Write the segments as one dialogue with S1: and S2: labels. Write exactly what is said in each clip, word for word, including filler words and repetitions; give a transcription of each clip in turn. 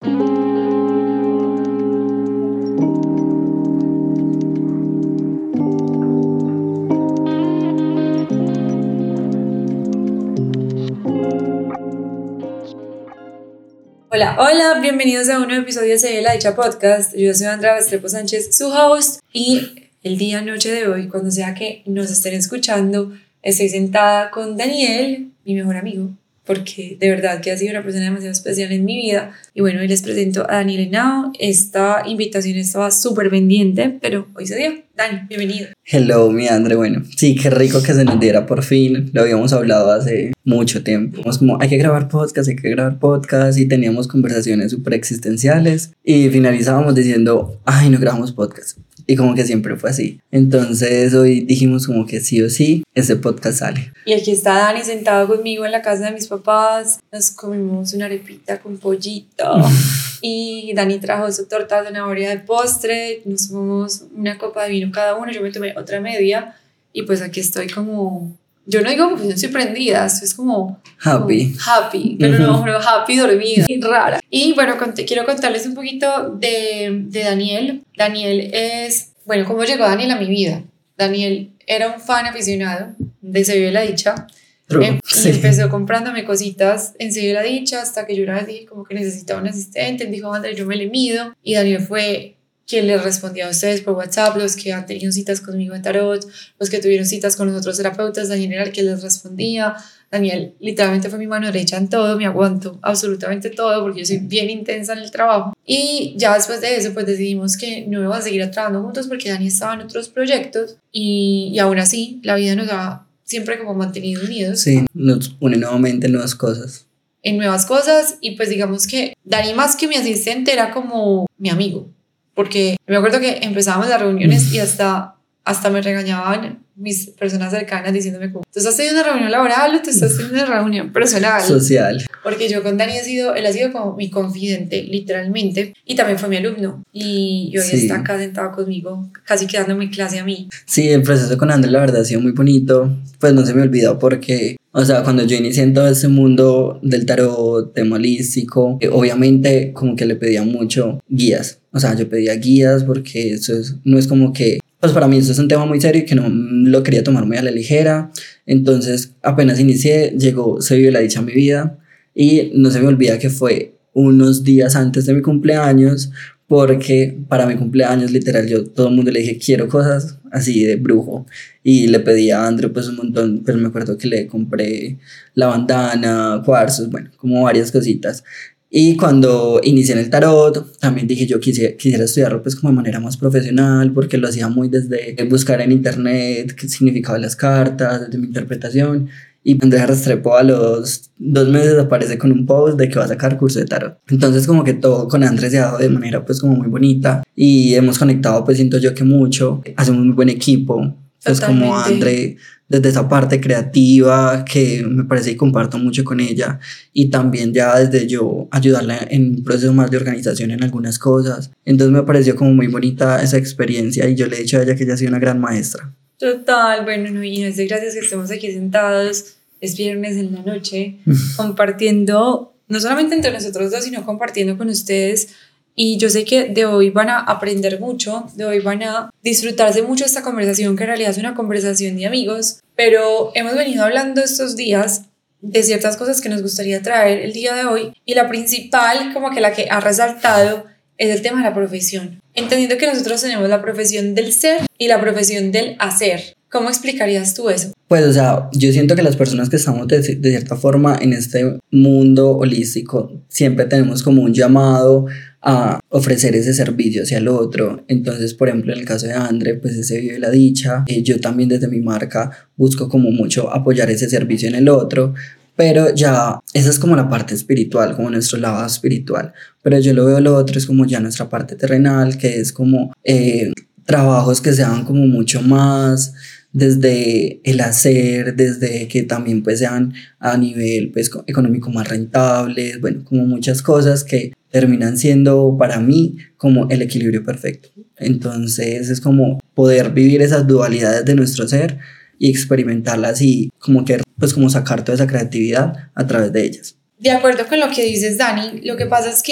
S1: Hola, hola, bienvenidos a un nuevo episodio de Se Vive la Dicha Podcast. Yo soy Andrea Restrepo Sánchez, su host, y el día, noche de hoy, cuando sea que nos estén escuchando, estoy sentada con Daniel, mi mejor amigo, porque de verdad que ha sido una persona demasiado especial en mi vida. Y bueno, hoy les presento a Daniel Henao. Esta invitación estaba súper pendiente, pero hoy se dio. Dani, bienvenido.
S2: Hello, mi Andre. Bueno, sí, qué rico que se nos diera por fin. Lo habíamos hablado hace mucho tiempo. Como, como hay que grabar podcast, hay que grabar podcast, y teníamos conversaciones súper existenciales y finalizábamos diciendo, ay, no grabamos podcast. Y como que siempre fue así. Entonces hoy dijimos como que sí o sí, ese podcast sale.
S1: Y aquí está Dani sentado conmigo en la casa de mis papás. Nos comimos una arepita con pollito. Y Dani trajo su torta de zanahoria de postre. Nos tomamos una copa de vino cada uno. Yo me tomé otra media. Y pues aquí estoy como... Yo no digo que estoy prendida, esto es como...
S2: Happy.
S1: Como happy, pero uh-huh. no, no happy dormida y rara. Y bueno, cont- quiero contarles un poquito de, de Daniel. Daniel es... Bueno, ¿cómo llegó Daniel a mi vida? Daniel era un fan aficionado de Se Vive la Dicha. Eh,
S2: sí.
S1: Y empezó comprándome cositas en Se Vive la Dicha hasta que yo una vez dije como que necesitaba un asistente. Él dijo, André, yo me le mido. Y Daniel fue... quien les respondía a ustedes por WhatsApp, los que han tenido citas conmigo en tarot, los que tuvieron citas con los otros terapeutas, Daniel era el que les respondía. Daniel literalmente fue mi mano derecha en todo, me aguanto absolutamente todo porque yo soy bien intensa en el trabajo. Y ya después de eso pues decidimos que no íbamos a seguir trabajando juntos porque Dani estaba en otros proyectos y, y aún así la vida nos ha siempre como mantenido unidos.
S2: Sí, nos une nuevamente en nuevas cosas.
S1: En nuevas cosas y pues digamos que Dani más que mi asistente era como mi amigo. Porque me acuerdo que empezábamos las reuniones y hasta, hasta me regañaban mis personas cercanas diciéndome como, ¿tú estás teniendo una reunión laboral o tú estás teniendo una reunión personal?
S2: Social.
S1: Porque yo con Dani he sido, él ha sido como mi confidente, literalmente, y también fue mi alumno. Y, y hoy sí. Está acá sentado conmigo, casi quedándome clase a mí.
S2: Sí, el proceso con André la verdad ha sido muy bonito, pues no se me olvidó porque... O sea, cuando yo inicié en todo ese mundo del tarot, tema holístico, eh, obviamente como que le pedía mucho guías. O sea, yo pedía guías porque eso es, no es como que... Pues para mí eso es un tema muy serio y que no lo quería tomar muy a la ligera. Entonces, apenas inicié, llegó Se Vive la Dicha a mi vida. Y no se me olvida que fue unos días antes de mi cumpleaños, porque para mi cumpleaños literal yo todo el mundo le dije quiero cosas así de brujo y le pedí a Andrew pues un montón, pero me acuerdo que le compré la bandana, cuarzos, bueno, como varias cositas. Y cuando inicié en el tarot también dije yo quisiera, quisiera estudiarlo pues como de manera más profesional, porque lo hacía muy desde buscar en internet qué significaban las cartas, desde mi interpretación. Y Andrea Restrepo a los dos meses aparece con un post de que va a sacar curso de tarot. Entonces como que todo con Andrés se ha dado de manera pues como muy bonita. Y hemos conectado pues siento yo que mucho. Hacemos un muy buen equipo. Pues como André desde esa parte creativa que me parece y comparto mucho con ella. Y también ya desde yo ayudarla en un proceso más de organización en algunas cosas. Entonces me pareció como muy bonita esa experiencia y yo le he dicho a ella que ella ha sido una gran maestra.
S1: Total, bueno, no, y no es de gracias que estemos aquí sentados, es viernes en la noche, compartiendo, no solamente entre nosotros dos, sino compartiendo con ustedes. Y yo sé que de hoy van a aprender mucho, de hoy van a disfrutarse mucho esta conversación, que en realidad es una conversación de amigos, pero hemos venido hablando estos días de ciertas cosas que nos gustaría traer el día de hoy, y la principal, como que la que ha resaltado, es el tema de la profesión. Entendiendo que nosotros tenemos la profesión del ser y la profesión del hacer. ¿Cómo explicarías tú eso?
S2: Pues, o sea, yo siento que las personas que estamos de, de cierta forma en este mundo holístico siempre tenemos como un llamado a ofrecer ese servicio hacia el otro. Entonces, por ejemplo, en el caso de André, pues ese Vive la Dicha. Eh, yo también desde mi marca busco como mucho apoyar ese servicio en el otro. Pero ya, esa es como la parte espiritual, como nuestro lado espiritual. Pero yo lo veo lo otro, es como ya nuestra parte terrenal, que es como eh, trabajos que sean como mucho más desde el hacer, desde que también pues sean a nivel pues económico más rentables, bueno, como muchas cosas que terminan siendo para mí como el equilibrio perfecto. Entonces es como poder vivir esas dualidades de nuestro ser y experimentarlas y como que pues como sacar toda esa creatividad a través de ellas.
S1: De acuerdo con lo que dices, Dani, lo que pasa es que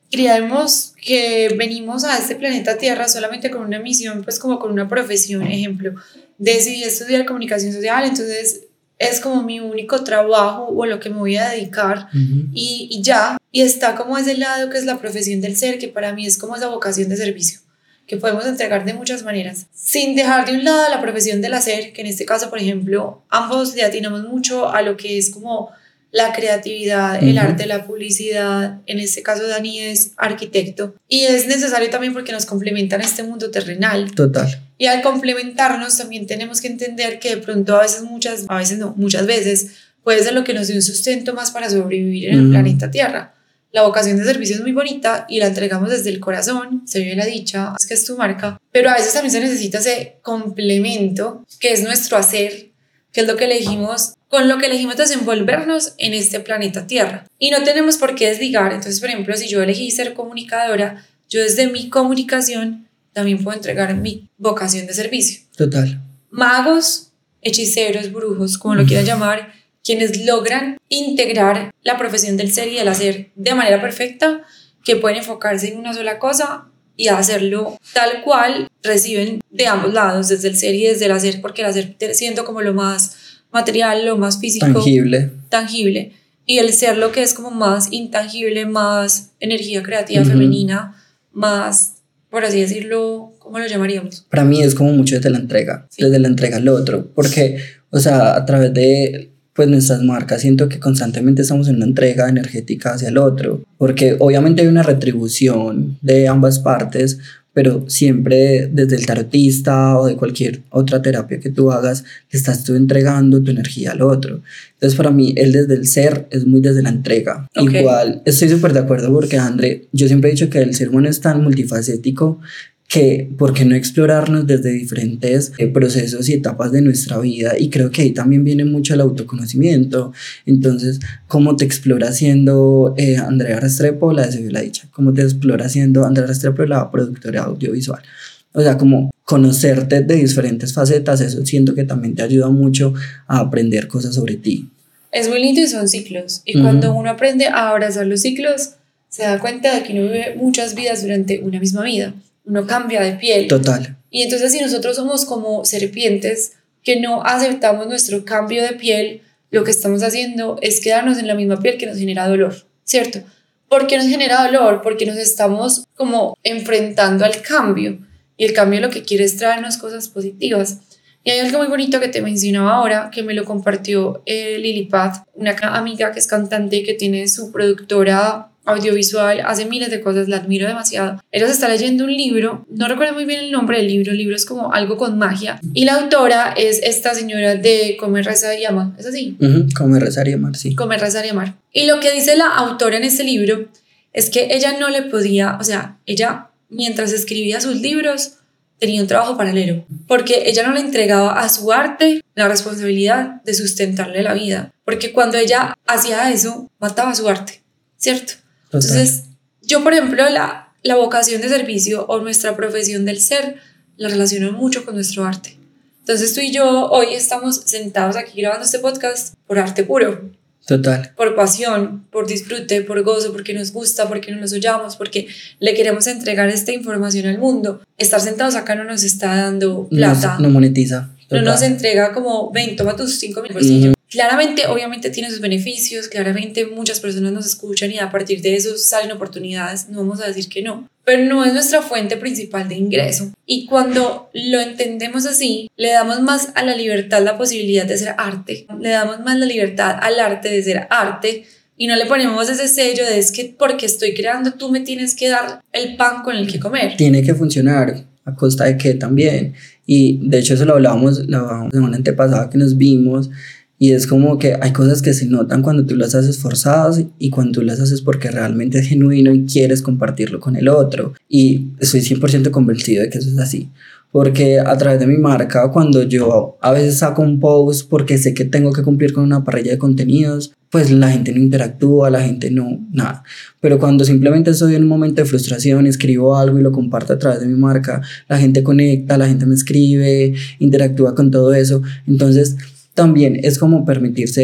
S1: creemos que venimos a este planeta Tierra solamente con una misión, pues como con una profesión. Ejemplo, decidí estudiar comunicación social, entonces es como mi único trabajo o a lo que me voy a dedicar, uh-huh. y, y ya, y está como ese lado que es la profesión del ser, que para mí es como esa vocación de servicio, que podemos entregar de muchas maneras, sin dejar de un lado la profesión del hacer, que en este caso, por ejemplo, ambos le atinamos mucho a lo que es como la creatividad, uh-huh. el arte, la publicidad. En este caso Dani es arquitecto y es necesario también porque nos complementan este mundo terrenal.
S2: Total.
S1: Y al complementarnos también tenemos que entender que de pronto a veces, muchas, a veces no, muchas veces puede ser lo que nos dé un sustento más para sobrevivir en uh-huh. el planeta Tierra. La vocación de servicio es muy bonita y la entregamos desde el corazón, se vive la dicha, es que es tu marca, pero a veces también se necesita ese complemento que es nuestro hacer, que es lo que elegimos, con lo que elegimos desenvolvernos en este planeta Tierra. Y no tenemos por qué desligar. Entonces, por ejemplo, si yo elegí ser comunicadora, yo desde mi comunicación también puedo entregar mi vocación de servicio.
S2: Total.
S1: Magos, hechiceros, brujos, como lo quieran llamar, quienes logran integrar la profesión del ser y del hacer de manera perfecta, que pueden enfocarse en una sola cosa y hacerlo tal cual, reciben de ambos lados, desde el ser y desde el hacer, porque el hacer siendo como lo más material, lo más físico,
S2: tangible,
S1: tangible, y el ser lo que es como más intangible, más energía creativa, uh-huh. femenina, más, por así decirlo, ¿cómo lo llamaríamos?
S2: Para mí es como mucho desde la entrega, sí. desde la entrega al otro, porque, o sea, a través de pues nuestras marcas siento que constantemente estamos en una entrega energética hacia el otro, porque obviamente hay una retribución de ambas partes, pero siempre desde el tarotista o de cualquier otra terapia que tú hagas, le estás tú entregando tu energía al otro. Entonces para mí, él desde el ser es muy desde la entrega. Okay. Igual, estoy súper de acuerdo porque, André, yo siempre he dicho que el ser humano es tan multifacético que por qué no explorarnos desde diferentes eh, procesos y etapas de nuestra vida, y creo que ahí también viene mucho el autoconocimiento. Entonces, ¿cómo te explora siendo eh, Andrea Restrepo, la de Se Vive la Dicha? ¿Cómo te explora siendo Andrea Restrepo, la productora audiovisual? O sea, como conocerte de diferentes facetas, eso siento que también te ayuda mucho a aprender cosas sobre ti.
S1: Es muy lindo y son ciclos, y uh-huh. cuando uno aprende a abrazar los ciclos, se da cuenta de que uno vive muchas vidas durante una misma vida. Uno cambia de piel.
S2: Total.
S1: Y entonces si nosotros somos como serpientes que no aceptamos nuestro cambio de piel, lo que estamos haciendo es quedarnos en la misma piel que nos genera dolor, ¿cierto? ¿Por qué nos genera dolor? Porque nos estamos como enfrentando al cambio, y el cambio lo que quiere es traernos cosas positivas. Y hay algo muy bonito que te mencionaba ahora, que me lo compartió eh, Lily Paz, una amiga que es cantante y que tiene su productora audiovisual, hace miles de cosas, la admiro demasiado. Ella se está leyendo un libro, no recuerdo muy bien el nombre del libro, el libro es como algo con magia, y la autora es esta señora de Comer, Rezar y Amar, ¿es así?
S2: Uh-huh. Comer, Rezar y Amar, sí.
S1: Comer, Rezar y Amar. Y lo que dice la autora en este libro es que ella no le podía, o sea, ella mientras escribía sus libros tenía un trabajo paralelo, porque ella no le entregaba a su arte la responsabilidad de sustentarle la vida, porque cuando ella hacía eso, mataba su arte, ¿cierto? Total. Entonces, yo por ejemplo, la, la vocación de servicio o nuestra profesión del ser la relaciono mucho con nuestro arte. Entonces tú y yo hoy estamos sentados aquí grabando este podcast por arte puro.
S2: Total.
S1: Por pasión, por disfrute, por gozo, porque nos gusta, porque nos lo oyamos, porque le queremos entregar esta información al mundo. Estar sentados acá no nos está dando plata.
S2: No, no monetiza.
S1: Total. No nos entrega como, ven, toma tus cinco mil bolsillos. Uh-huh. Claramente, obviamente tiene sus beneficios, claramente muchas personas nos escuchan y a partir de eso salen oportunidades, no vamos a decir que no, pero no es nuestra fuente principal de ingreso. Y cuando lo entendemos así, le damos más a la libertad la posibilidad de ser arte, le damos más la libertad al arte de ser arte, y no le ponemos ese sello de es que porque estoy creando tú me tienes que dar el pan con el que comer.
S2: Tiene que funcionar, a costa de qué también. Y de hecho eso lo hablábamos la semana antepasada que nos vimos. Y es como que hay cosas que se notan cuando tú las haces forzadas y cuando tú las haces porque realmente es genuino y quieres compartirlo con el otro. Y estoy cien por ciento convencido de que eso es así. Porque a través de mi marca, cuando yo a veces saco un post porque sé que tengo que cumplir con una parrilla de contenidos, pues la gente no interactúa, la gente no, nada. Pero cuando simplemente estoy en un momento de frustración, escribo algo y lo comparto a través de mi marca, la gente conecta, la gente me escribe, interactúa con todo eso. Entonces también es como permitirse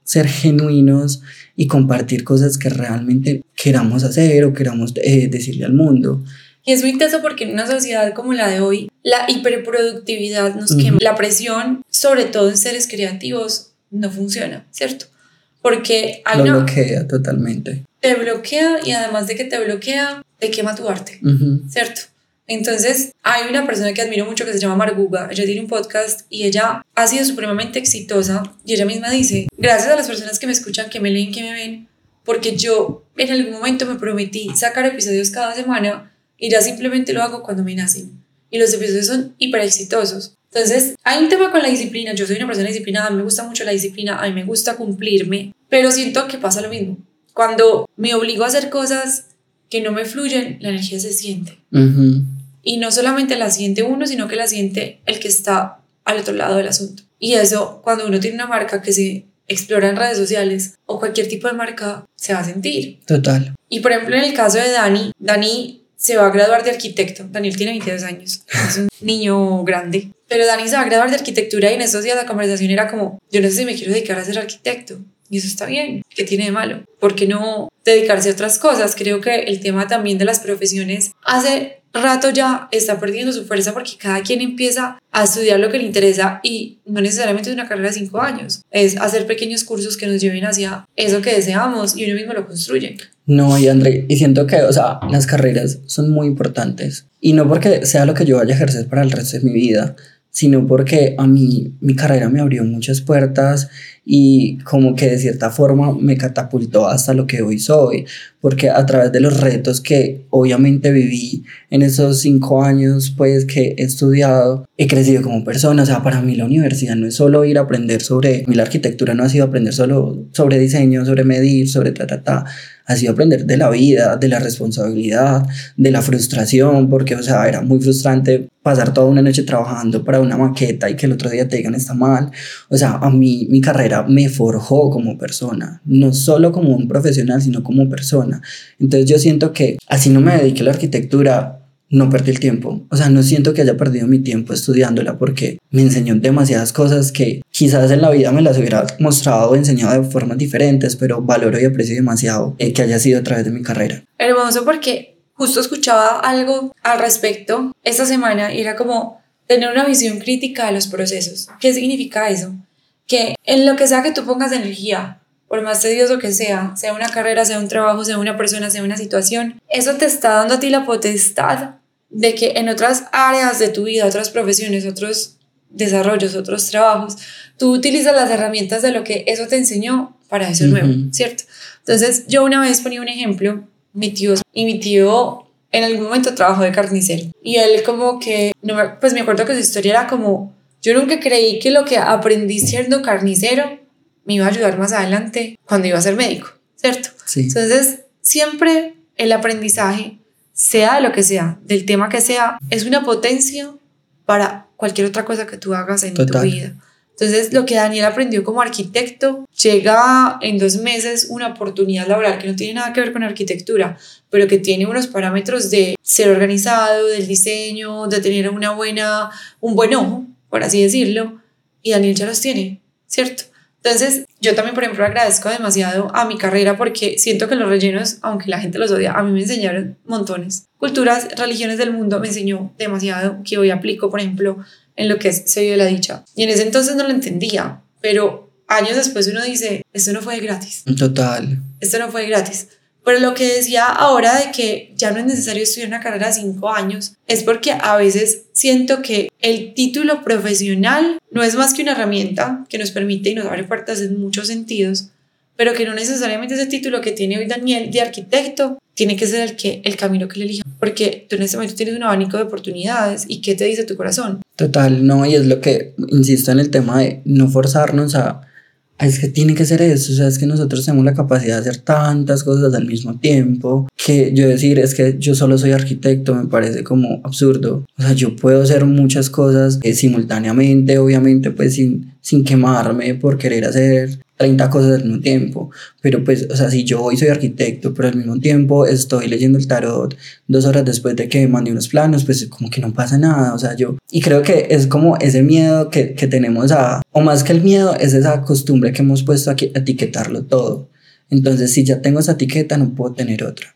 S2: ser genuinos y compartir cosas que realmente queramos hacer o queramos eh, decirle al mundo.
S1: Y es muy intenso porque en una sociedad como la de hoy, la hiperproductividad nos quema. Uh-huh. La presión, sobre todo en seres creativos, no funciona, ¿cierto? Porque hay
S2: Lo
S1: una...
S2: bloquea totalmente.
S1: Te bloquea y además de que te bloquea, te quema tu arte,
S2: uh-huh.
S1: ¿cierto? Entonces, hay una persona que admiro mucho que se llama Marguga. Ella tiene un podcast y ella ha sido supremamente exitosa y ella misma dice, gracias a las personas que me escuchan, que me leen, que me ven, porque yo en algún momento me prometí sacar episodios cada semana y ya simplemente lo hago cuando me nacen. Y los episodios son hiper exitosos. Entonces, hay un tema con la disciplina. Yo soy una persona disciplinada, a mí me gusta mucho la disciplina, a mí me gusta cumplirme, pero siento que pasa lo mismo. Cuando me obligo a hacer cosas que no me fluyen, la energía se siente.
S2: Uh-huh.
S1: Y no solamente la siente uno, sino que la siente el que está al otro lado del asunto. Y eso, cuando uno tiene una marca que se explora en redes sociales o cualquier tipo de marca, se va a sentir.
S2: Total.
S1: Y por ejemplo, en el caso de Dani, Dani se va a graduar de arquitecto. Daniel tiene veintidós años, es un niño grande. Pero Dani se va a graduar de arquitectura y en esos días la conversación era como, yo no sé si me quiero dedicar a ser arquitecto. Y eso está bien, ¿qué tiene de malo? ¿Por qué no dedicarse a otras cosas? Creo que el tema también de las profesiones hace rato ya está perdiendo su fuerza porque cada quien empieza a estudiar lo que le interesa y no necesariamente es una carrera de cinco años, es hacer pequeños cursos que nos lleven hacia eso que deseamos y uno mismo lo construye.
S2: No, y André, y siento que, o sea, las carreras son muy importantes y no porque sea lo que yo vaya a ejercer para el resto de mi vida, sino porque a mí mi carrera me abrió muchas puertas y como que de cierta forma me catapultó hasta lo que hoy soy, porque a través de los retos que obviamente viví en esos cinco años pues que he estudiado, he crecido como persona. O sea, para mí la universidad no es solo ir a aprender sobre, a mí la arquitectura no ha sido aprender solo sobre diseño, sobre medir, sobre ta ta ta, ha sido aprender de la vida, de la responsabilidad, de la frustración, porque o sea, era muy frustrante pasar toda una noche trabajando para una maqueta y que el otro día te digan está mal. O sea, a mí mi carrera me forjó como persona, no solo como un profesional, sino como persona. Entonces yo siento que así no me dediqué a la arquitectura, no perdí el tiempo. O sea, no siento que haya perdido mi tiempo estudiándola porque me enseñó demasiadas cosas que quizás en la vida me las hubiera mostrado o enseñado de formas diferentes, pero valoro y aprecio demasiado eh, que haya sido a través de mi carrera.
S1: Hermoso, porque justo escuchaba algo al respecto esta semana y era como tener una visión crítica de los procesos. ¿Qué significa eso? Que en lo que sea que tú pongas energía, por más tedioso que sea, sea una carrera, sea un trabajo, sea una persona, sea una situación, eso te está dando a ti la potestad de que en otras áreas de tu vida, otras profesiones, otros desarrollos, otros trabajos, tú utilizas las herramientas de lo que eso te enseñó para eso uh-huh. nuevo, ¿cierto? Entonces yo una vez ponía un ejemplo, mi tío, y mi tío en algún momento trabajó de carnicero y él como que, no me, pues me acuerdo que su historia era como, yo nunca creí que lo que aprendí siendo carnicero me iba a ayudar más adelante cuando iba a ser médico, ¿cierto?
S2: Sí.
S1: Entonces, siempre el aprendizaje, sea lo que sea, del tema que sea, es una potencia para cualquier otra cosa que tú hagas en Total. Tu vida. Entonces, lo que Daniel aprendió como arquitecto, llega en dos meses una oportunidad laboral que no tiene nada que ver con arquitectura, pero que tiene unos parámetros de ser organizado, del diseño, de tener una buena, un buen ojo, por así decirlo, y Daniel ya los tiene, ¿cierto? Entonces, yo también, por ejemplo, agradezco demasiado a mi carrera porque siento que los rellenos, aunque la gente los odia, a mí me enseñaron montones. Culturas, religiones del mundo me enseñó demasiado que hoy aplico, por ejemplo, en lo que es sello de la dicha. Y en ese entonces no lo entendía, pero años después uno dice, esto no fue gratis.
S2: Total.
S1: Esto no fue gratis. Pero lo que decía ahora de que ya no es necesario estudiar una carrera de cinco años es porque a veces siento que el título profesional no es más que una herramienta que nos permite y nos abre puertas en muchos sentidos, pero que no necesariamente ese título que tiene hoy Daniel de arquitecto tiene que ser el, que, el camino que le elija, porque tú en este momento tienes un abanico de oportunidades y ¿qué te dice tu corazón?
S2: Total, no, y es lo que insisto en el tema de no forzarnos a es que tiene que ser eso, o sea, es que nosotros tenemos la capacidad de hacer tantas cosas al mismo tiempo, que yo decir es que yo solo soy arquitecto me parece como absurdo. O sea, yo puedo hacer muchas cosas eh, simultáneamente, obviamente pues sin, sin quemarme por querer hacer treinta cosas al mismo tiempo. Pero pues, o sea, si yo hoy soy arquitecto, pero al mismo tiempo estoy leyendo el tarot dos horas después de que mandé unos planos, pues como que no pasa nada, o sea, yo... Y creo que es como ese miedo que, que tenemos a... O más que el miedo, es esa costumbre que hemos puesto a, a etiquetarlo todo. Entonces, si ya tengo esa etiqueta, no puedo tener otra.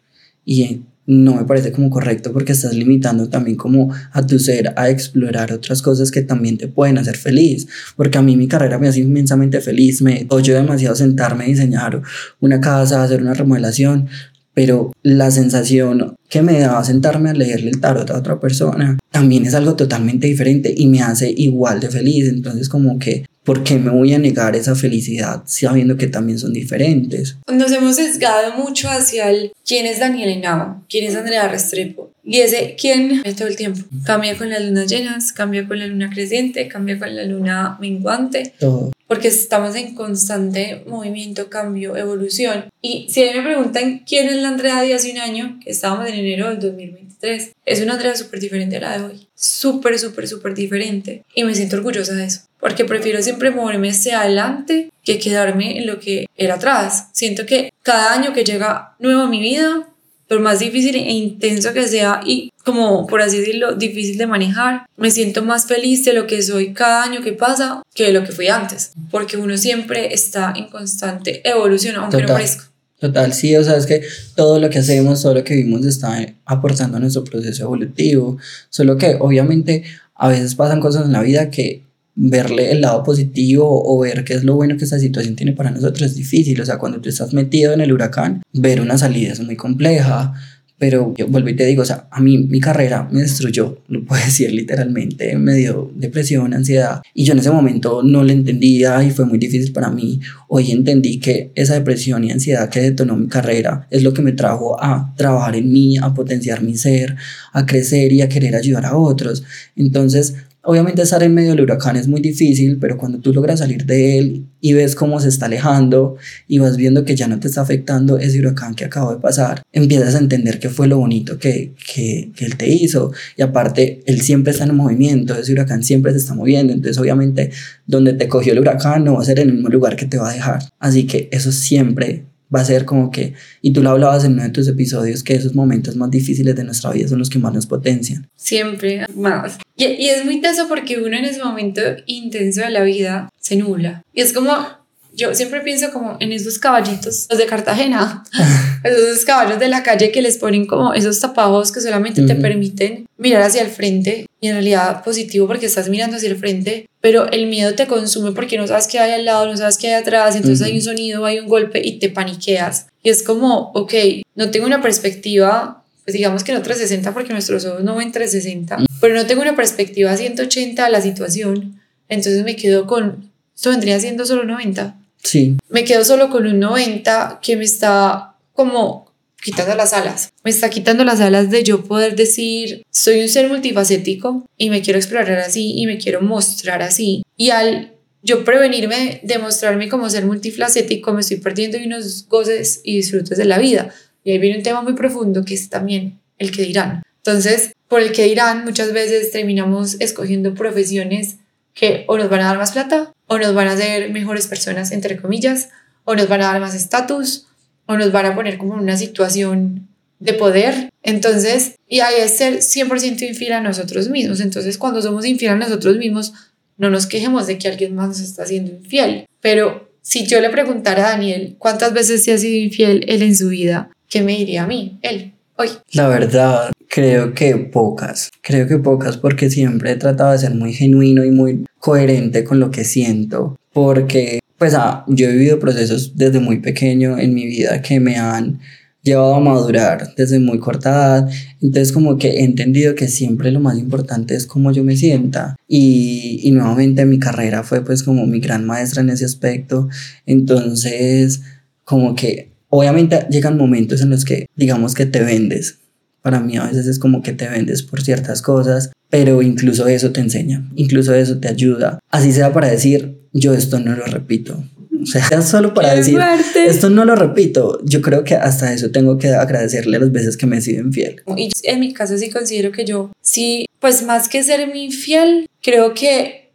S2: Y no me parece como correcto porque estás limitando también como a tu ser a explorar otras cosas que también te pueden hacer feliz, porque a mí mi carrera me hace inmensamente feliz, me oye demasiado sentarme a diseñar una casa, hacer una remodelación, pero la sensación que me da sentarme a leerle el tarot a otra persona también es algo totalmente diferente y me hace igual de feliz. Entonces como que ¿por qué me voy a negar esa felicidad sabiendo que también son diferentes?
S1: Nos hemos sesgado mucho hacia el quién es Daniel Henao, quién es Andrea Restrepo. Y ese quién cambia todo el tiempo. Cambia con las lunas llenas, cambia con la luna creciente, cambia con la luna menguante.
S2: Todo.
S1: Porque estamos en constante movimiento, cambio, evolución. Y si a mí me preguntan quién es la Andrea de hace un año, que estábamos en enero del dos mil veintitrés, es una Andrea súper diferente a la de hoy. Súper, súper, súper diferente. Y me siento orgullosa de eso. Porque prefiero siempre moverme hacia adelante que quedarme en lo que era atrás. Siento que cada año que llega nuevo a mi vida, por más difícil e intenso que sea y como por así decirlo, difícil de manejar, me siento más feliz de lo que soy cada año que pasa que de lo que fui antes, porque uno siempre está en constante evolución, aunque
S2: Total.
S1: no parezca.
S2: Total, sí, o sea, es que todo lo que hacemos, todo lo que vivimos está aportando a nuestro proceso evolutivo, solo que obviamente a veces pasan cosas en la vida que verle el lado positivo o ver qué es lo bueno que esta situación tiene para nosotros es difícil. O sea, cuando tú estás metido en el huracán, ver una salida es muy compleja. Pero yo vuelvo y te digo, o sea, a mí mi carrera me destruyó, lo puedo decir literalmente, me dio depresión, ansiedad, y yo en ese momento no lo entendía y fue muy difícil para mí. Hoy entendí que esa depresión y ansiedad que detonó mi carrera es lo que me trajo a trabajar en mí, a potenciar mi ser, a crecer y a querer ayudar a otros. Entonces, obviamente estar en medio del huracán es muy difícil, pero cuando tú logras salir de él y ves cómo se está alejando y vas viendo que ya no te está afectando ese huracán que acabó de pasar, empiezas a entender qué fue lo bonito que, que, que él te hizo. Y aparte, él siempre está en movimiento, ese huracán siempre se está moviendo, entonces obviamente donde te cogió el huracán no va a ser el mismo lugar que te va a dejar. Así que eso siempre va a ser como que, y tú lo hablabas en uno de tus episodios, que esos momentos más difíciles de nuestra vida son los que más nos potencian.
S1: Siempre más. Y, y es muy teso porque uno en ese momento intenso de la vida se nubla. Y es como, yo siempre pienso como en esos caballitos, los de Cartagena, esos caballos de la calle que les ponen como esos tapabojos que solamente uh-huh. te permiten mirar hacia el frente. Y en realidad positivo porque estás mirando hacia el frente, pero el miedo te consume porque no sabes qué hay al lado, no sabes qué hay atrás, entonces uh-huh. hay un sonido, hay un golpe y te paniqueas. Y es como, ok, no tengo una perspectiva, pues digamos que no trescientos sesenta porque nuestros ojos no ven trescientos sesenta, uh-huh. pero no tengo una perspectiva ciento ochenta a la situación, entonces me quedo con, esto vendría siendo solo noventa.
S2: Sí.
S1: Me quedo solo con un noventa que me está como quitando las alas. Me está quitando las alas de yo poder decir, soy un ser multifacético y me quiero explorar así y me quiero mostrar así. Y al yo prevenirme de mostrarme como ser multifacético, me estoy perdiendo de unos goces y disfrutes de la vida. Y ahí viene un tema muy profundo que es también el que dirán. Entonces, por el que dirán, muchas veces terminamos escogiendo profesiones que o nos van a dar más plata, o nos van a hacer mejores personas, entre comillas, o nos van a dar más estatus, o nos van a poner como en una situación de poder. Entonces, y ahí es ser cien por ciento infiel a nosotros mismos. Entonces, cuando somos infiel a nosotros mismos, no nos quejemos de que alguien más nos está haciendo infiel. Pero si yo le preguntara a Daniel cuántas veces se ha sido infiel él en su vida, ¿qué me diría a mí, él, hoy?
S2: La verdad, creo que pocas. Creo que pocas porque siempre he tratado de ser muy genuino y muy coherente con lo que siento. Porque, pues, ah, yo he vivido procesos desde muy pequeño en mi vida que me han llevado a madurar desde muy corta edad. Entonces como que he entendido que siempre lo más importante es cómo yo me sienta. Y, y nuevamente mi carrera fue pues como mi gran maestra en ese aspecto. Entonces como que obviamente llegan momentos en los que digamos que te vendes. Para mí a veces es como que te vendes por ciertas cosas, pero incluso eso te enseña, incluso eso te ayuda. Así sea para decir, yo esto no lo repito. O sea, solo para decir, fuerte. Esto no lo repito. Yo creo que hasta eso tengo que agradecerle las veces que me he sido infiel.
S1: Y en mi caso sí considero que yo, sí, pues más que ser mi infiel, creo que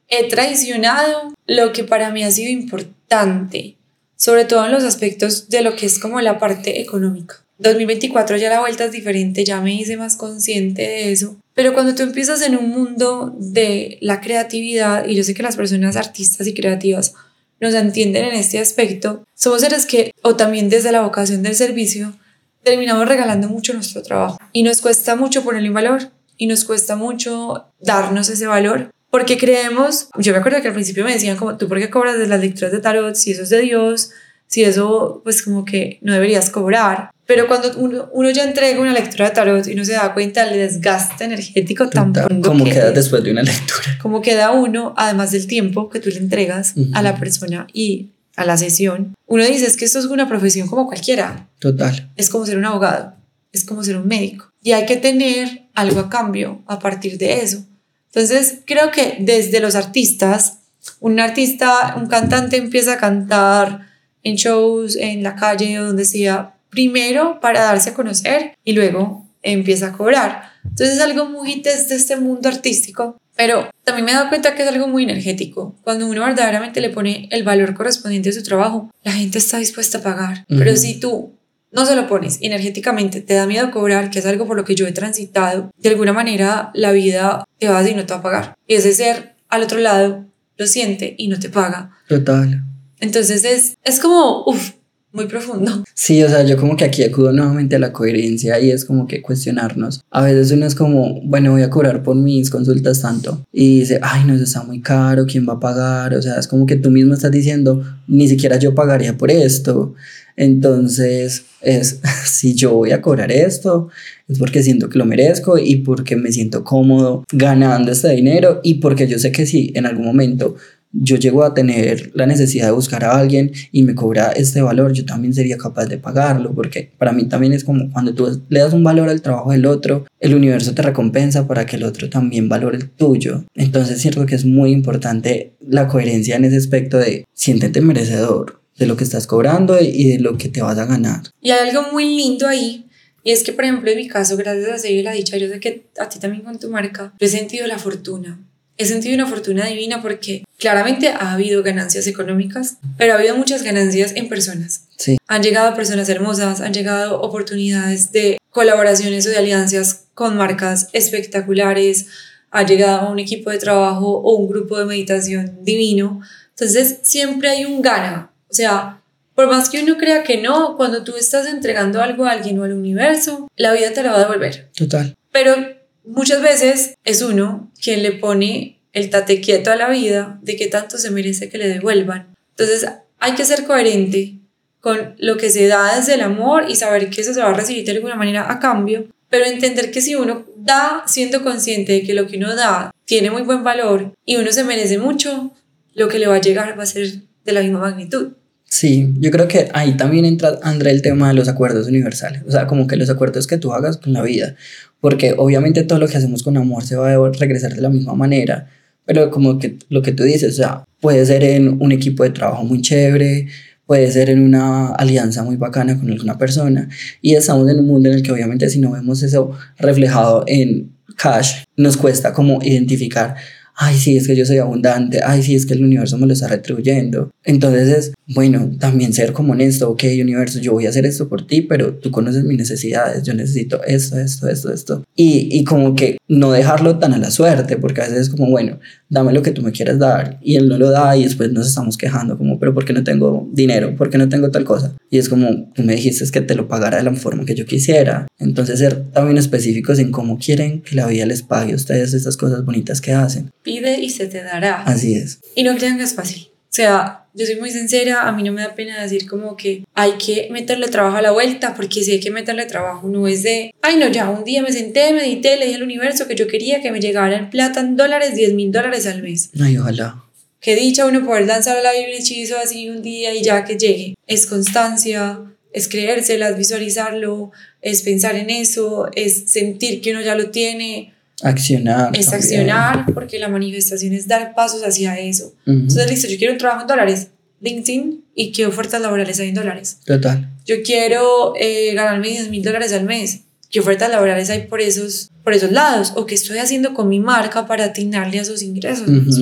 S1: he traicionado lo que para mí ha sido importante, sobre todo en los aspectos de lo que es como la parte económica. dos mil veinticuatro ya la vuelta es diferente, ya me hice más consciente de eso. Pero cuando tú empiezas en un mundo de la creatividad, y yo sé que las personas artistas y creativas nos entienden en este aspecto, somos seres que, o también desde la vocación del servicio, terminamos regalando mucho nuestro trabajo. Y nos cuesta mucho ponerle un valor, y nos cuesta mucho darnos ese valor, porque creemos, yo me acuerdo que al principio me decían como, ¿tú por qué cobras de las lecturas de tarot si eso es de Dios? Si eso, pues como que no deberías cobrar. Pero cuando uno, uno ya entrega una lectura de tarot y uno se da cuenta del desgaste energético tan profundo
S2: como
S1: que
S2: queda después de una lectura.
S1: Como queda uno, además del tiempo que tú le entregas uh-huh. a la persona y a la sesión. Uno dice, es que esto es una profesión como cualquiera.
S2: Total.
S1: Es como ser un abogado, es como ser un médico. Y hay que tener algo a cambio a partir de eso. Entonces, creo que desde los artistas, un artista, un cantante empieza a cantar en shows, en la calle o donde sea, primero para darse a conocer y luego empieza a cobrar. Entonces es algo muy desde este mundo artístico, pero también me he dado cuenta que es algo muy energético. Cuando uno verdaderamente le pone el valor correspondiente a su trabajo, la gente está dispuesta a pagar. Uh-huh. Pero si tú no se lo pones energéticamente, te da miedo cobrar, que es algo por lo que yo he transitado, de alguna manera la vida te va a decir no te va a pagar. Y ese ser al otro lado lo siente y no te paga.
S2: Total.
S1: Entonces es, es como, uff, muy profundo.
S2: Sí, o sea, yo como que aquí acudo nuevamente a la coherencia y es como que cuestionarnos. A veces uno es como, bueno, voy a cobrar por mis consultas tanto. Y dice, ay, no, eso está muy caro, ¿quién va a pagar? O sea, es como que tú mismo estás diciendo, ni siquiera yo pagaría por esto. Entonces, es, si yo voy a cobrar esto, es porque siento que lo merezco y porque me siento cómodo ganando este dinero y porque yo sé que si en algún momento yo llego a tener la necesidad de buscar a alguien y me cobra este valor, yo también sería capaz de pagarlo, porque para mí también es como cuando tú le das un valor al trabajo del otro, el universo te recompensa para que el otro también valore el tuyo. Entonces siento que es muy importante la coherencia en ese aspecto de siéntete merecedor de lo que estás cobrando y de lo que te vas a ganar.
S1: Y hay algo muy lindo ahí, y es que por ejemplo en mi caso, gracias a Seguir la Dicha, yo sé que a ti también con tu marca, yo he sentido la fortuna. He sentido una fortuna divina porque claramente ha habido ganancias económicas, pero ha habido muchas ganancias en personas.
S2: Sí.
S1: Han llegado personas hermosas, han llegado oportunidades de colaboraciones o de alianzas con marcas espectaculares, ha llegado un equipo de trabajo o un grupo de meditación divino. Entonces siempre hay un gana. O sea, por más que uno crea que no, cuando tú estás entregando algo a alguien o al universo, la vida te lo va a devolver.
S2: Total.
S1: Pero muchas veces es uno quien le pone el tate quieto a la vida de que tanto se merece que le devuelvan. Entonces hay que ser coherente con lo que se da desde el amor y saber que eso se va a recibir de alguna manera a cambio, pero entender que si uno da siendo consciente de que lo que uno da tiene muy buen valor y uno se merece mucho, lo que le va a llegar va a ser de la misma magnitud.
S2: Sí, yo creo que ahí también entra, André, el tema de los acuerdos universales, o sea, como que los acuerdos que tú hagas con la vida, porque obviamente todo lo que hacemos con amor se va a regresar de la misma manera, pero como que lo que tú dices, o sea, puede ser en un equipo de trabajo muy chévere, puede ser en una alianza muy bacana con alguna persona, y estamos en un mundo en el que obviamente si no vemos eso reflejado en cash, nos cuesta como identificar, ay, sí, es que yo soy abundante, ay, sí, es que el universo me lo está retribuyendo. Entonces es, bueno, también ser como honesto, ok, universo, yo voy a hacer esto por ti, pero tú conoces mis necesidades, yo necesito esto, esto, esto, esto. Y, y como que no dejarlo tan a la suerte, porque a veces es como, bueno, dame lo que tú me quieras dar, y él no lo da, y después nos estamos quejando, como, pero ¿por qué no tengo dinero? ¿Por qué no tengo tal cosa? Y es como, tú me dijiste que te lo pagara de la forma que yo quisiera. Entonces ser también específicos en cómo quieren que la vida les pague a ustedes estas cosas bonitas que hacen.
S1: Pide y se te dará.
S2: Así es.
S1: Y no crean que es fácil. O sea, yo soy muy sincera, a mí no me da pena decir como que hay que meterle trabajo a la vuelta, porque si hay que meterle trabajo no es de, ay no, ya un día me senté, medité, le dije al universo que yo quería que me llegara en plata, en dólares, diez mil dólares al mes.
S2: Ay, ojalá.
S1: Qué dicha uno poder lanzar a la Biblia un hechizo así un día y ya que llegue. Es constancia, es creérselas, visualizarlo, es pensar en eso, es sentir que uno ya lo tiene.
S2: Accionar.
S1: Es
S2: también.
S1: accionar, porque la manifestación es dar pasos hacia eso.
S2: Uh-huh.
S1: Entonces, listo, yo quiero un trabajo en dólares, LinkedIn, y qué ofertas laborales hay en dólares.
S2: Total.
S1: Yo quiero eh, ganarme diez mil dólares al mes, qué ofertas laborales hay por esos, por esos lados, o qué estoy haciendo con mi marca para atinarle a esos ingresos
S2: uh-huh.
S1: mensuales.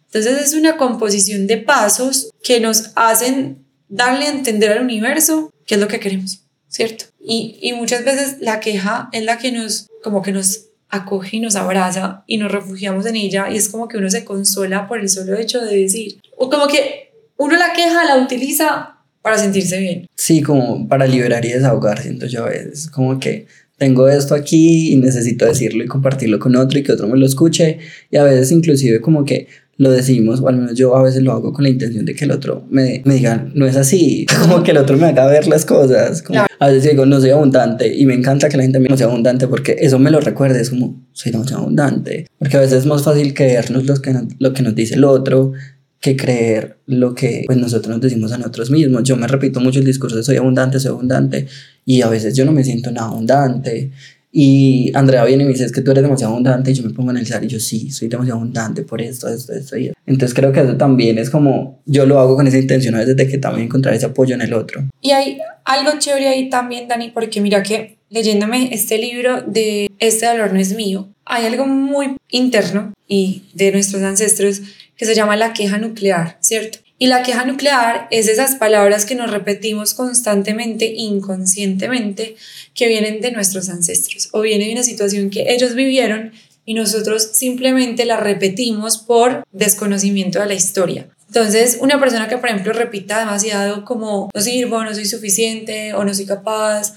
S1: Entonces es una composición de pasos que nos hacen darle a entender al universo qué es lo que queremos, ¿cierto? Y, y muchas veces la queja es la que nos, como que nos acoge y nos abraza y nos refugiamos en ella, y es como que uno se consola por el solo hecho de decir, o como que uno la queja la utiliza para sentirse bien.
S2: Sí, como para liberar y desahogar, siento yo a veces, como que tengo esto aquí y necesito decirlo y compartirlo con otro y que otro me lo escuche, y a veces inclusive como que lo decimos, o al menos yo a veces lo hago con la intención de que el otro me, me diga, no es así, como que el otro me haga ver las cosas, como, a veces digo, no soy abundante, y me encanta que la gente me no sea abundante porque eso me lo recuerde, es como, soy demasiado abundante, porque a veces es más fácil creernos lo que, lo que nos dice el otro que creer lo que pues, nosotros nos decimos a nosotros mismos. Yo me repito mucho el discurso de soy abundante, soy abundante, y a veces yo no me siento nada abundante. Y Andrea viene y me dice, es que tú eres demasiado abundante, y yo me pongo a analizar y yo sí, soy demasiado abundante por esto, esto, esto y esto. Entonces creo que eso también es como, yo lo hago con esa intención a veces de que también encontrar ese apoyo en el otro.
S1: Y hay algo chévere ahí también, Dani, porque mira que leyéndome este libro de Este dolor no es mío, hay algo muy interno y de nuestros ancestros que se llama la queja nuclear, ¿cierto? Y la queja nuclear es esas palabras que nos repetimos constantemente, inconscientemente, que vienen de nuestros ancestros o viene de una situación que ellos vivieron y nosotros simplemente la repetimos por desconocimiento de la historia. Entonces, una persona que, por ejemplo, repita demasiado como no sirvo, no soy suficiente, o no soy capaz,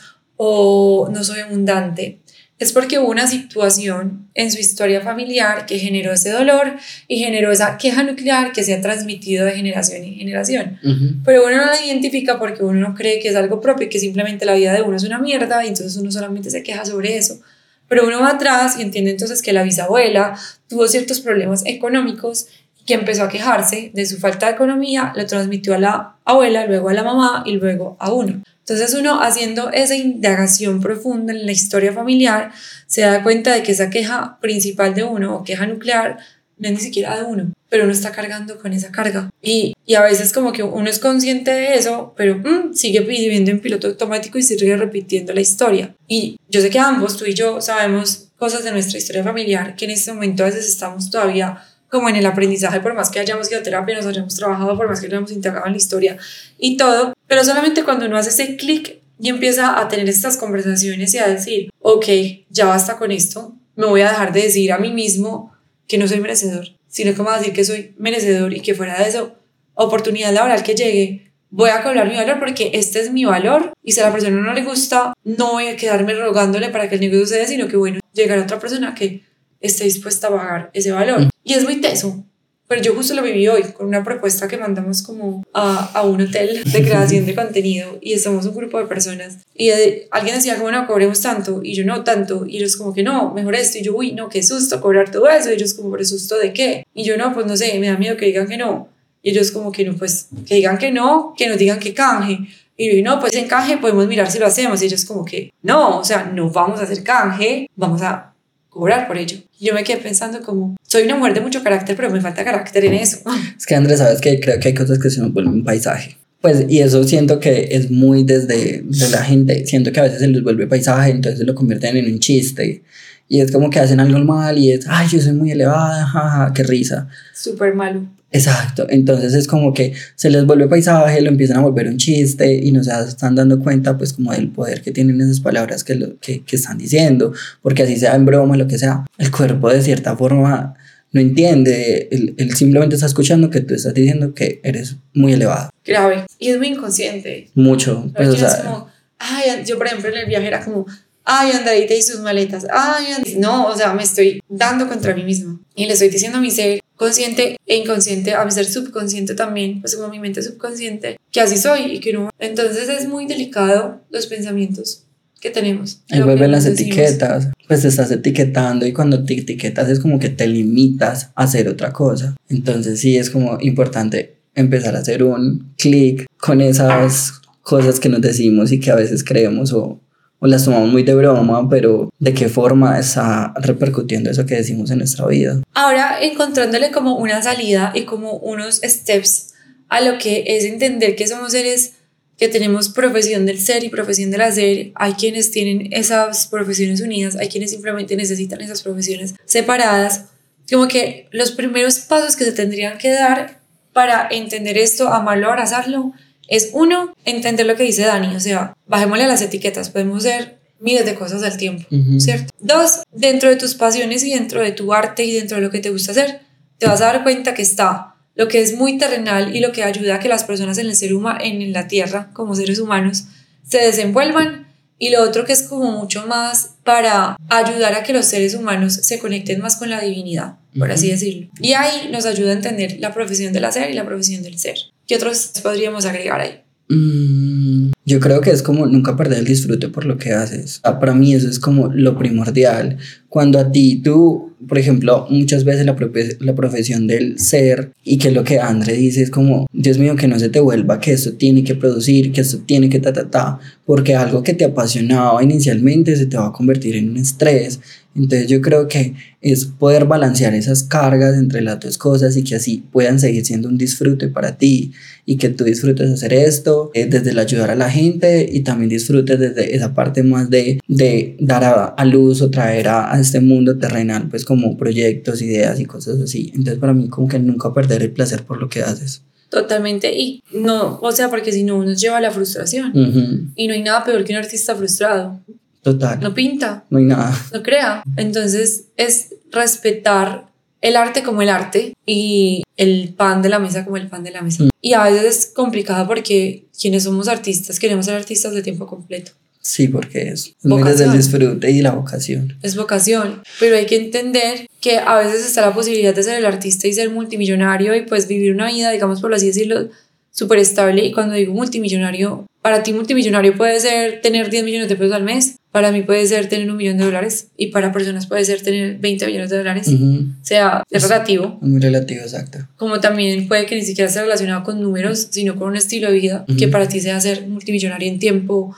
S1: o no soy abundante, es porque hubo una situación en su historia familiar que generó ese dolor y generó esa queja nuclear que se ha transmitido de generación en generación. Uh-huh. Pero uno no la identifica porque uno no cree que es algo propio, que simplemente la vida de uno es una mierda y entonces uno solamente se queja sobre eso. Pero uno va atrás y entiende entonces que la bisabuela tuvo ciertos problemas económicos y que empezó a quejarse de su falta de economía, lo transmitió a la abuela, luego a la mamá y luego a uno. Entonces uno, haciendo esa indagación profunda en la historia familiar, se da cuenta de que esa queja principal de uno, o queja nuclear, no es ni siquiera de uno, pero uno está cargando con esa carga. Y, y a veces como que uno es consciente de eso, pero mmm, sigue viviendo en piloto automático y sigue repitiendo la historia. Y yo sé que ambos, tú y yo, sabemos cosas de nuestra historia familiar que en este momento a veces estamos todavía como en el aprendizaje, por más que hayamos ido a terapia, nos hayamos trabajado, por más que lo hayamos integrado en la historia y todo, pero solamente cuando uno hace ese clic y empieza a tener estas conversaciones y a decir, ok, ya basta con esto, me voy a dejar de decir a mí mismo que no soy merecedor, sino como a decir que soy merecedor y que fuera de eso, oportunidad laboral que llegue, voy a cobrar mi valor porque este es mi valor, y si a la persona no le gusta, no voy a quedarme rogándole para que el negocio se dé, sino que bueno, llegará otra persona que esté dispuesta a pagar ese valor. Y es muy teso, pero yo justo lo viví hoy con una propuesta que mandamos como a, a un hotel de creación de contenido, y somos un grupo de personas y de, alguien decía como no, cobremos tanto, y yo no tanto, y ellos como que no, mejor esto, y yo uy, no, qué susto cobrar todo eso, y ellos como, pero susto de qué, y yo no, pues no sé, me da miedo que digan que no, y ellos como que no, pues que digan que no, que nos digan que canje. Y yo, no, pues en canje podemos mirar si lo hacemos, y ellos como que no, o sea, no vamos a hacer canje, vamos a cobrar por ello. Y yo me quedé pensando como, soy una mujer de mucho carácter, pero me falta carácter en eso.
S2: Es que Andrés, sabes que creo que hay cosas que se nos vuelven un paisaje. Pues, y eso siento que es muy desde de la gente, siento que a veces se les vuelve paisaje, entonces lo convierten en un chiste. Y es como que hacen algo mal y es, ay, yo soy muy elevada, jaja, qué risa.
S1: Súper malo.
S2: Exacto, entonces es como que se les vuelve paisaje, lo empiezan a volver un chiste y no se están dando cuenta pues como del poder que tienen esas palabras que, lo, que, que están diciendo, porque así sea en broma, lo que sea, el cuerpo de cierta forma no entiende, él, él simplemente está escuchando que tú estás diciendo que eres muy elevado.
S1: Grave, y es muy inconsciente.
S2: Mucho, pues o sea...
S1: Es como, ay, yo por ejemplo en el viaje era como, ay, Andreita y sus maletas, ay, And-". no, o sea, me estoy dando contra mí misma y le estoy diciendo a mi ser consciente e inconsciente, a mi ser subconsciente también, pues como mi mente subconsciente, que así soy y que no. Entonces es muy delicado los pensamientos que tenemos.
S2: Y vuelven las decimos. Etiquetas, pues te estás etiquetando y cuando te etiquetas es como que te limitas a hacer otra cosa. Entonces sí es como importante empezar a hacer un clic con esas cosas que nos decimos y que a veces creemos o o las tomamos muy de broma, pero ¿de qué forma está repercutiendo eso que decimos en nuestra vida?
S1: Ahora encontrándole como una salida y como unos steps a lo que es entender que somos seres que tenemos profesión del ser y profesión del hacer. Hay quienes tienen esas profesiones unidas, hay quienes simplemente necesitan esas profesiones separadas, como que los primeros pasos que se tendrían que dar para entender esto, amarlo, abrazarlo, es uno, entender lo que dice Dani, o sea, bajémosle a las etiquetas, podemos ser miles de cosas al tiempo, uh-huh. ¿cierto? Dos, dentro de tus pasiones y dentro de tu arte y dentro de lo que te gusta hacer, te vas a dar cuenta que está lo que es muy terrenal y lo que ayuda a que las personas en el ser humano, en la tierra, como seres humanos, se desenvuelvan, y lo otro que es como mucho más para ayudar a que los seres humanos se conecten más con la divinidad, por uh-huh. así decirlo. Y ahí nos ayuda a entender la profesión del hacer y la profesión del ser. ¿Qué otros podríamos agregar ahí?
S2: Mm, yo creo que es como nunca perder el disfrute por lo que haces. Ah, para mí eso es como lo primordial. Cuando a ti tú, por ejemplo, muchas veces la, profe- la profesión del ser, y que es lo que André dice, es como, Dios mío, que no se te vuelva que esto tiene que producir, que esto tiene que ta ta ta, porque algo que te apasionaba inicialmente se te va a convertir en un estrés. Entonces yo creo que es poder balancear esas cargas entre las dos cosas y que así puedan seguir siendo un disfrute para ti, y que tú disfrutes hacer esto eh, desde el ayudar a la gente, y también disfrutes desde esa parte más de, de dar a, a luz o traer a, a este mundo terrenal pues como proyectos, ideas y cosas así. Entonces para mí como que nunca perder el placer por lo que haces.
S1: Totalmente, y no, o sea, porque si no nos lleva a la frustración, uh-huh. y no hay nada peor que un artista frustrado.
S2: Total.
S1: No pinta.
S2: No hay nada.
S1: No crea. Entonces es respetar el arte como el arte y el pan de la mesa como el pan de la mesa. Mm. Y a veces es complicado porque quienes somos artistas queremos ser artistas de tiempo completo.
S2: Sí, porque es desde el disfrute y la vocación.
S1: Es vocación, pero hay que entender que a veces está la posibilidad de ser el artista y ser multimillonario y pues vivir una vida, digamos por así decirlo, súper estable. Y cuando digo multimillonario, para ti multimillonario puede ser tener diez millones de pesos al mes, para mí puede ser tener un millón de dólares, y para personas puede ser tener veinte millones de dólares. Uh-huh. O sea, es, es relativo.
S2: Muy relativo, exacto.
S1: Como también puede que ni siquiera esté relacionado con números, sino con un estilo de vida, uh-huh. que para ti sea ser multimillonario en tiempo,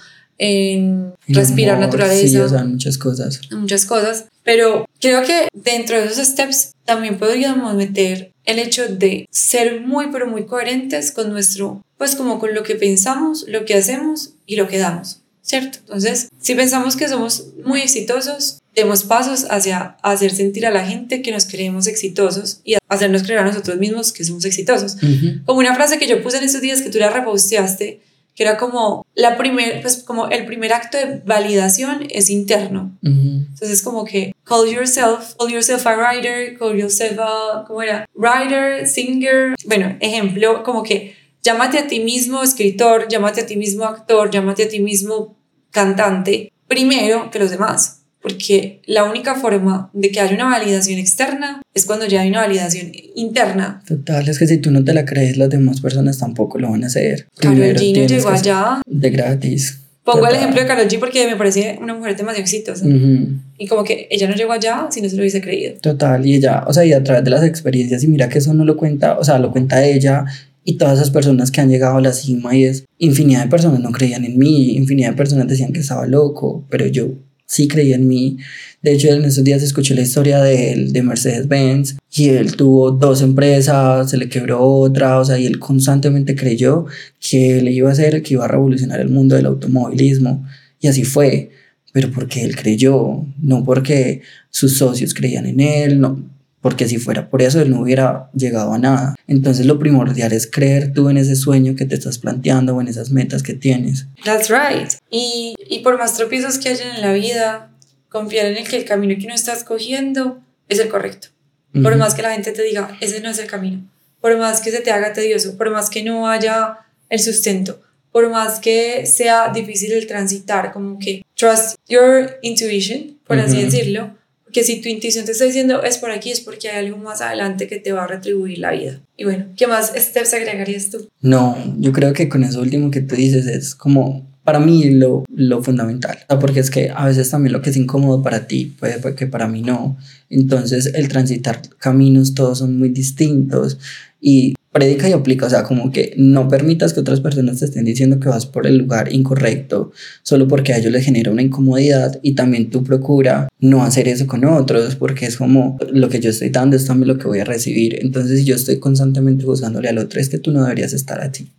S1: en el respirar amor, naturaleza.
S2: Sí, o sea, muchas cosas.
S1: Muchas cosas. Pero creo que dentro de esos steps también podríamos meter el hecho de ser muy, pero muy coherentes con nuestro, pues como con lo que pensamos, lo que hacemos y lo que damos, ¿cierto? Entonces, si pensamos que somos muy exitosos, demos pasos hacia hacer sentir a la gente que nos creemos exitosos y hacernos creer a nosotros mismos que somos exitosos. Uh-huh. Como una frase que yo puse en esos días que tú la reposteaste, que era como, la primer, pues como el primer acto de validación es interno. Uh-huh. Entonces como que call yourself, call yourself a writer, call yourself a, ¿cómo era? Writer, singer. Bueno, ejemplo, como que llámate a ti mismo escritor, llámate a ti mismo actor, llámate a ti mismo cantante, primero que los demás. Porque la única forma de que haya una validación externa es cuando ya hay una validación interna.
S2: Total, es que si tú no te la crees, las demás personas tampoco lo van a hacer.
S1: Karol G no llegó allá
S2: de gratis.
S1: Pongo
S2: Total.
S1: el ejemplo de Karol G porque me parece una mujer demasiado exitosa. Uh-huh. Y como que ella no llegó allá si no se lo hubiese creído.
S2: Total, y ella, o sea, y a través de las experiencias, y mira que eso no lo cuenta, o sea, lo cuenta ella y todas esas personas que han llegado a la cima, y es, infinidad de personas no creían en mí, infinidad de personas decían que estaba loco, pero yo sí creía en mí. De hecho, en esos días escuché la historia de él, de Mercedes-Benz, y él tuvo dos empresas, se le quebró otra, o sea, y él constantemente creyó que él iba a ser el que iba a revolucionar el mundo del automovilismo, y así fue, pero porque él creyó, no porque sus socios creían en él, no, porque si fuera por eso él no hubiera llegado a nada. Entonces lo primordial es creer tú en ese sueño que te estás planteando o en esas metas que tienes.
S1: That's right. Y, y por más tropiezos que hayan en la vida, confiar en el que el camino que uno está escogiendo es el correcto. Uh-huh. Por más que la gente te diga, ese no es el camino. Por más que se te haga tedioso, por más que no haya el sustento, por más que sea difícil el transitar, como que trust your intuition, por uh-huh. así decirlo. Que si tu intuición te está diciendo es por aquí, es porque hay algo más adelante que te va a retribuir la vida. Y bueno, ¿qué más steps agregarías tú?
S2: No, yo creo que con eso último que tú dices es como, para mí, lo, lo fundamental. Porque es que a veces también lo que es incómodo para ti puede que para mí no. Entonces el transitar caminos todos son muy distintos, y predica y aplica, o sea, como que no permitas que otras personas te estén diciendo que vas por el lugar incorrecto solo porque a ellos les genera una incomodidad, y también tú procura no hacer eso con otros, porque es como, lo que yo estoy dando es también lo que voy a recibir. Entonces si yo estoy constantemente juzgándole al otro, es que tú no deberías estar aquí,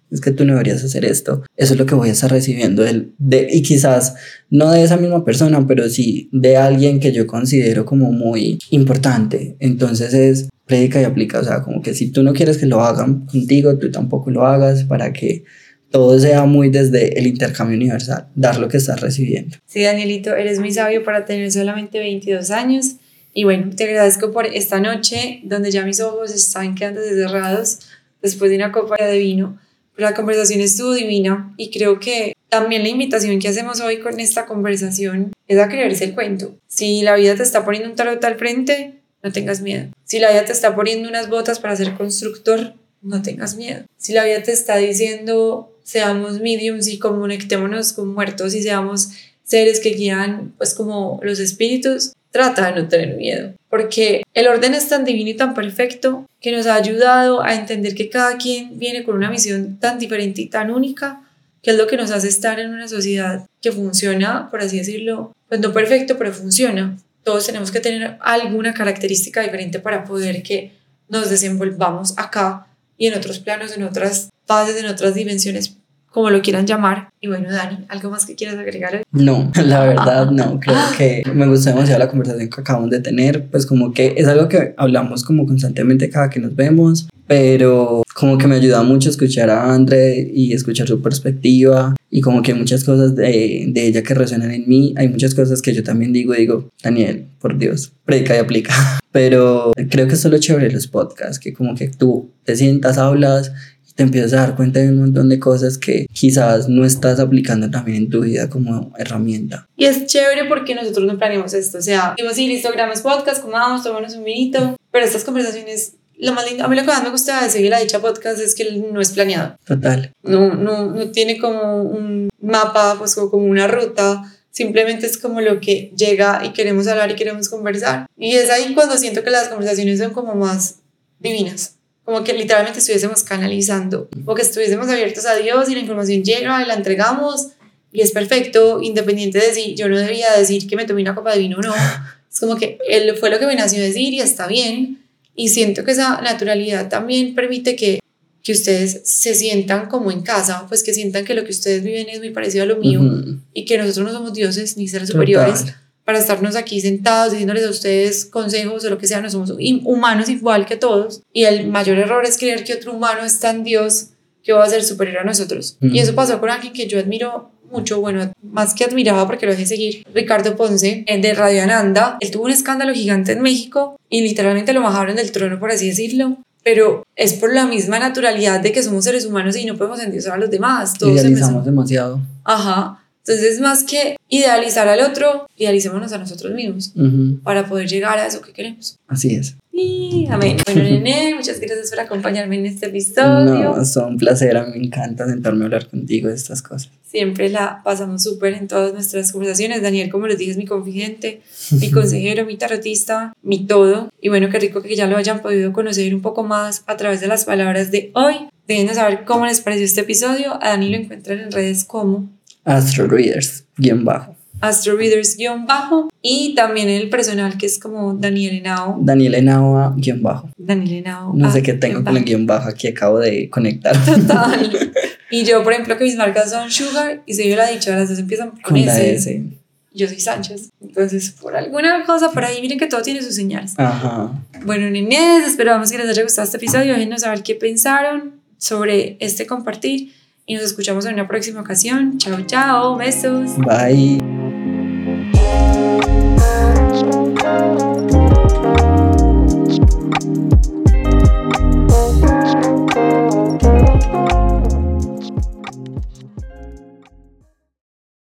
S2: es que tú no deberías hacer esto. Eso es lo que voy a estar recibiendo de, de, y quizás no de esa misma persona, pero sí de alguien que yo considero como muy importante. Entonces es predica y aplica, o sea, como que si tú no quieres que lo hagan contigo, tú tampoco lo hagas, para que todo sea muy desde el intercambio universal, dar lo que estás recibiendo.
S1: Sí, Danielito, eres muy sabio para tener solamente veintidós años. Y bueno, te agradezco por esta noche donde ya mis ojos están quedándose cerrados después de una copa de vino. Pero la conversación estuvo divina y creo que también la invitación que hacemos hoy con esta conversación es a creerse el cuento. Si la vida te está poniendo un tarot al frente, no tengas miedo. Si la vida te está poniendo unas botas para ser constructor, no tengas miedo. Si la vida te está diciendo seamos mediums y conectémonos con muertos y seamos seres que guían pues como los espíritus, trata de no tener miedo, porque el orden es tan divino y tan perfecto que nos ha ayudado a entender que cada quien viene con una misión tan diferente y tan única, que es lo que nos hace estar en una sociedad que funciona, por así decirlo, pues no perfecto, pero funciona. Todos tenemos que tener alguna característica diferente para poder que nos desenvolvamos acá y en otros planos, en otras fases, en otras dimensiones, como lo quieran llamar. Y bueno, Dani, ¿algo más que quieras agregar hoy?
S2: No, la verdad no, creo que me gustó demasiado la conversación que acabamos de tener, pues como que es algo que hablamos como constantemente cada que nos vemos, pero como que me ayuda mucho escuchar a Andre y escuchar su perspectiva, y como que hay muchas cosas de, de ella que resuenan en mí, hay muchas cosas que yo también digo y digo, Daniel, por Dios, predica y aplica. Pero creo que eso es lo chévere de los podcasts, que como que tú te sientas, hablas, te empiezas a dar cuenta de un montón de cosas que quizás no estás aplicando también en tu vida como herramienta.
S1: Y es chévere porque nosotros no planeamos esto, o sea, digo, sí, listo, grabamos podcast, comamos, tomamos un vinito, pero estas conversaciones, lo más lindo, a mí lo que más me gusta de seguir la dicha podcast es que no es planeado.
S2: Total.
S1: No, no, no tiene como un mapa, pues como una ruta, simplemente es como lo que llega y queremos hablar y queremos conversar. Y es ahí cuando siento que las conversaciones son como más divinas. Como que literalmente estuviésemos canalizando, o que estuviésemos abiertos a Dios y la información llega y la entregamos y es perfecto, independiente de si yo no debía decir que me tomé una copa de vino o no. Es como que él fue lo que me nació decir y está bien. Y siento que esa naturalidad también permite que, que ustedes se sientan como en casa, pues que sientan que lo que ustedes viven es muy parecido a lo mío, uh-huh. y que nosotros no somos dioses ni seres superiores. Total. Para estarnos aquí sentados diciéndoles a ustedes consejos o lo que sea, no somos humanos igual que todos, y el mayor error es creer que otro humano es tan Dios que va a ser superior a nosotros. Mm. Y eso pasó con alguien que yo admiro mucho, bueno, más que admiraba porque lo dejé seguir, Ricardo Ponce, de Radio Ananda. Él tuvo un escándalo gigante en México y literalmente lo bajaron del trono, por así decirlo, pero es por la misma naturalidad de que somos seres humanos y no podemos endiosar a los demás. Todos
S2: idealizamos demasiado.
S1: Ajá. Entonces, más que idealizar al otro, idealicémonos a nosotros mismos, uh-huh. para poder llegar a eso que queremos.
S2: Así es.
S1: Y amén. Bueno, Nene, muchas gracias por acompañarme en este episodio.
S2: No, es un placer, a mí me encanta sentarme a hablar contigo de estas cosas.
S1: Siempre la pasamos súper en todas nuestras conversaciones. Daniel, como les dije, es mi confidente, mi consejero, mi tarotista, mi todo. Y bueno, qué rico que ya lo hayan podido conocer un poco más a través de las palabras de hoy. Déjenos saber cómo les pareció este episodio. A Dani lo encuentran en redes como
S2: Astro Readers, guión bajo.
S1: Astro Readers, guión bajo. Y también el personal que es como Daniel Henao.
S2: Daniel Henao, guión bajo.
S1: Daniel Henao.
S2: No sé qué tengo con el guión bajo, aquí acabo de conectar.
S1: Total. Y yo, por ejemplo, que mis marcas son Sugar y se yo la dicho, las dos empiezan con, con S. S. Yo soy Sánchez. Entonces, por alguna cosa por ahí, miren que todo tiene sus señales.
S2: Ajá.
S1: Bueno, nenes, esperamos que les haya gustado este episodio. Déjenos saber qué pensaron sobre este compartir. Y nos escuchamos en una próxima ocasión. Chao, chao. Besos.
S2: Bye.